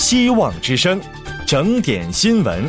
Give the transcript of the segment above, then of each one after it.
希望之声，整点新闻。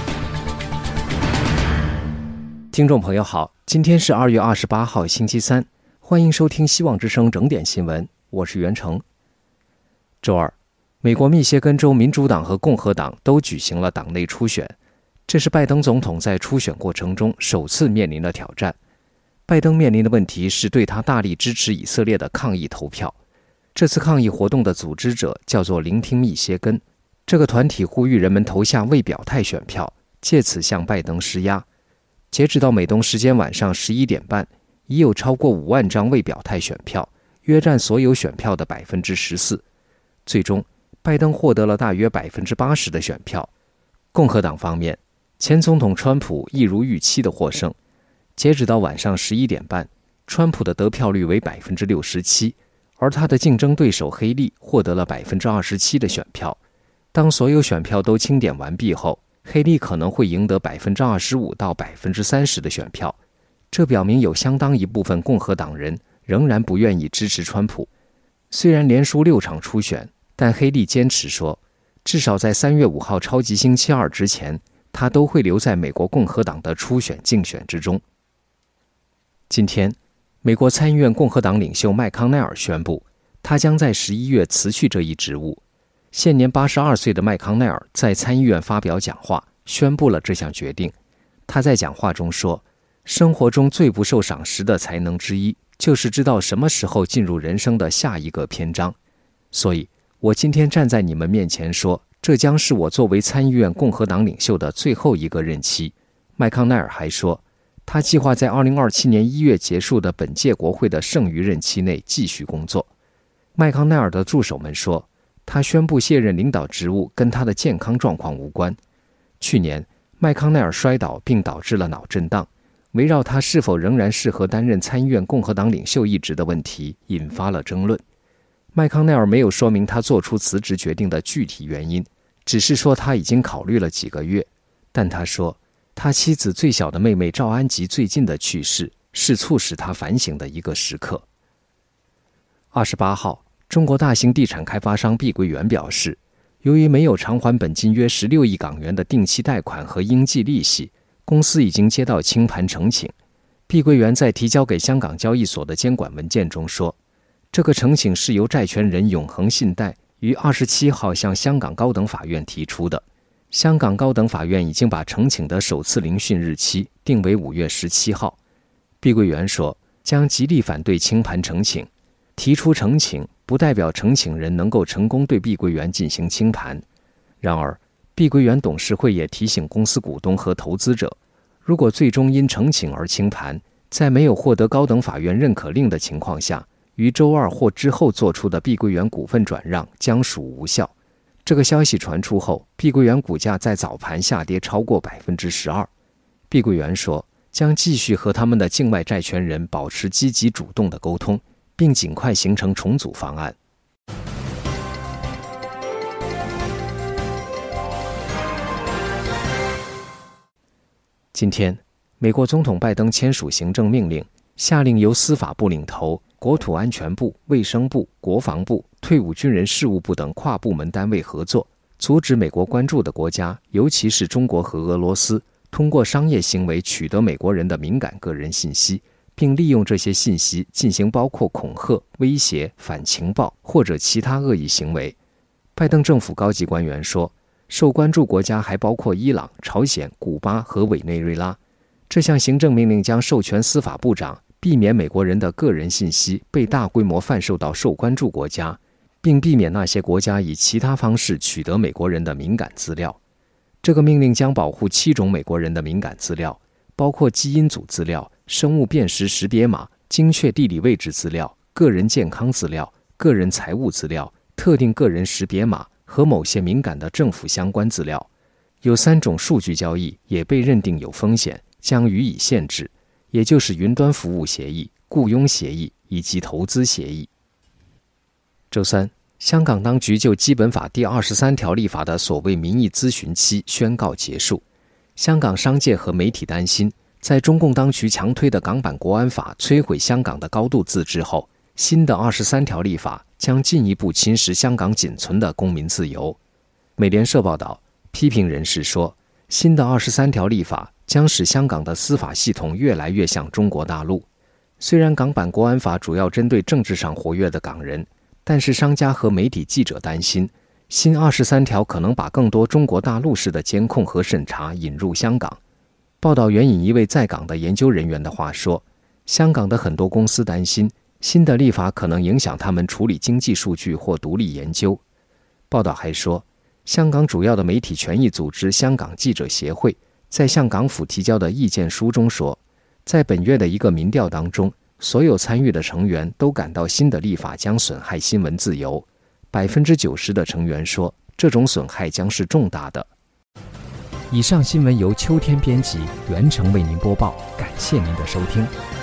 听众朋友好，今天是2月28号星期三，欢迎收听希望之声整点新闻，我是袁成。周二，美国密歇根州民主党和共和党都举行了党内初选，这是拜登总统在初选过程中首次面临的挑战。拜登面临的问题是对他大力支持以色列的抗议投票。这次抗议活动的组织者叫做聆听密歇根，这个团体呼吁人们投下未表态选票，借此向拜登施压。截止到美东时间晚上11点半，已有超过5万张未表态选票，约占所有选票的 14%。 最终拜登获得了大约 80% 的选票。共和党方面，前总统川普一如预期的获胜。截止到晚上11点半，川普的得票率为 67%，而他的竞争对手黑利获得了 27% 的选票。当所有选票都清点完毕后，黑利可能会赢得 25% 到 30% 的选票。这表明有相当一部分共和党人仍然不愿意支持川普。虽然连输6场初选，但黑利坚持说，至少在3月5号超级星期二之前，他都会留在美国共和党的初选竞选之中。今天，美国参议院共和党领袖麦康奈尔宣布，他将在11月辞去这一职务。现年82岁的麦康奈尔在参议院发表讲话，宣布了这项决定。他在讲话中说，生活中最不受赏识的才能之一，就是知道什么时候进入人生的下一个篇章。所以，我今天站在你们面前说，这将是我作为参议院共和党领袖的最后一个任期。麦康奈尔还说，他计划在2027年1月结束的本届国会的剩余任期内继续工作。麦康奈尔的助手们说，他宣布卸任领导职务跟他的健康状况无关。去年，麦康奈尔摔倒并导致了脑震荡，围绕他是否仍然适合担任参议院共和党领袖一职的问题引发了争论。麦康奈尔没有说明他做出辞职决定的具体原因，只是说他已经考虑了几个月。但他说，他妻子最小的妹妹赵安吉最近的去世是促使他反省的一个时刻。28号，中国大型地产开发商碧桂园表示，由于没有偿还本金约16亿港元的定期贷款和应计利息，公司已经接到清盘呈请。碧桂园在提交给香港交易所的监管文件中说，这个呈请是由债权人永恒信贷于27号向香港高等法院提出的。香港高等法院已经把呈请的首次聆讯日期定为5月17号。碧桂园说，将极力反对清盘呈请。提出呈请不代表呈请人能够成功对碧桂园进行清盘。然而，碧桂园董事会也提醒公司股东和投资者，如果最终因呈请而清盘，在没有获得高等法院认可令的情况下，于周二或之后做出的碧桂园股份转让将属无效。这个消息传出后，碧桂园股价在早盘下跌超过 12%。 碧桂园说，将继续和他们的境外债权人保持积极主动的沟通，并尽快形成重组方案。今天，美国总统拜登签署行政命令，下令由司法部领头，国土安全部、卫生部、国防部、退伍军人事务部等跨部门单位合作，阻止美国关注的国家，尤其是中国和俄罗斯，通过商业行为取得美国人的敏感个人信息，并利用这些信息进行包括恐吓、威胁、反情报或者其他恶意行为。拜登政府高级官员说，受关注国家还包括伊朗、朝鲜、古巴和委内瑞拉。这项行政命令将授权司法部长避免美国人的个人信息被大规模贩售到受关注国家，并避免那些国家以其他方式取得美国人的敏感资料。这个命令将保护7种美国人的敏感资料，包括基因组资料、生物辨识识别码、精确地理位置资料、个人健康资料、个人财务资料、特定个人识别码和某些敏感的政府相关资料。有3种数据交易也被认定有风险，将予以限制，也就是云端服务协议、雇佣协议以及投资协议。周三，香港当局就基本法第23条立法的所谓民意咨询期宣告结束。香港商界和媒体担心，在中共当局强推的港版国安法摧毁香港的高度自治后，新的23条立法将进一步侵蚀香港仅存的公民自由。 美联社报道，批评人士说，新的23条立法将使香港的司法系统越来越像中国大陆。虽然港版国安法主要针对政治上活跃的港人，但是商家和媒体记者担心，新23条可能把更多中国大陆式的监控和审查引入香港。报道援引一位在港的研究人员的话说，香港的很多公司担心，新的立法可能影响他们处理经济数据或独立研究。报道还说，香港主要的媒体权益组织香港记者协会在向港府提交的意见书中说，在本月的一个民调当中，所有参与的成员都感到新的立法将损害新闻自由。90%的成员说，这种损害将是重大的。以上新闻由秋天编辑，袁成为您播报，感谢您的收听。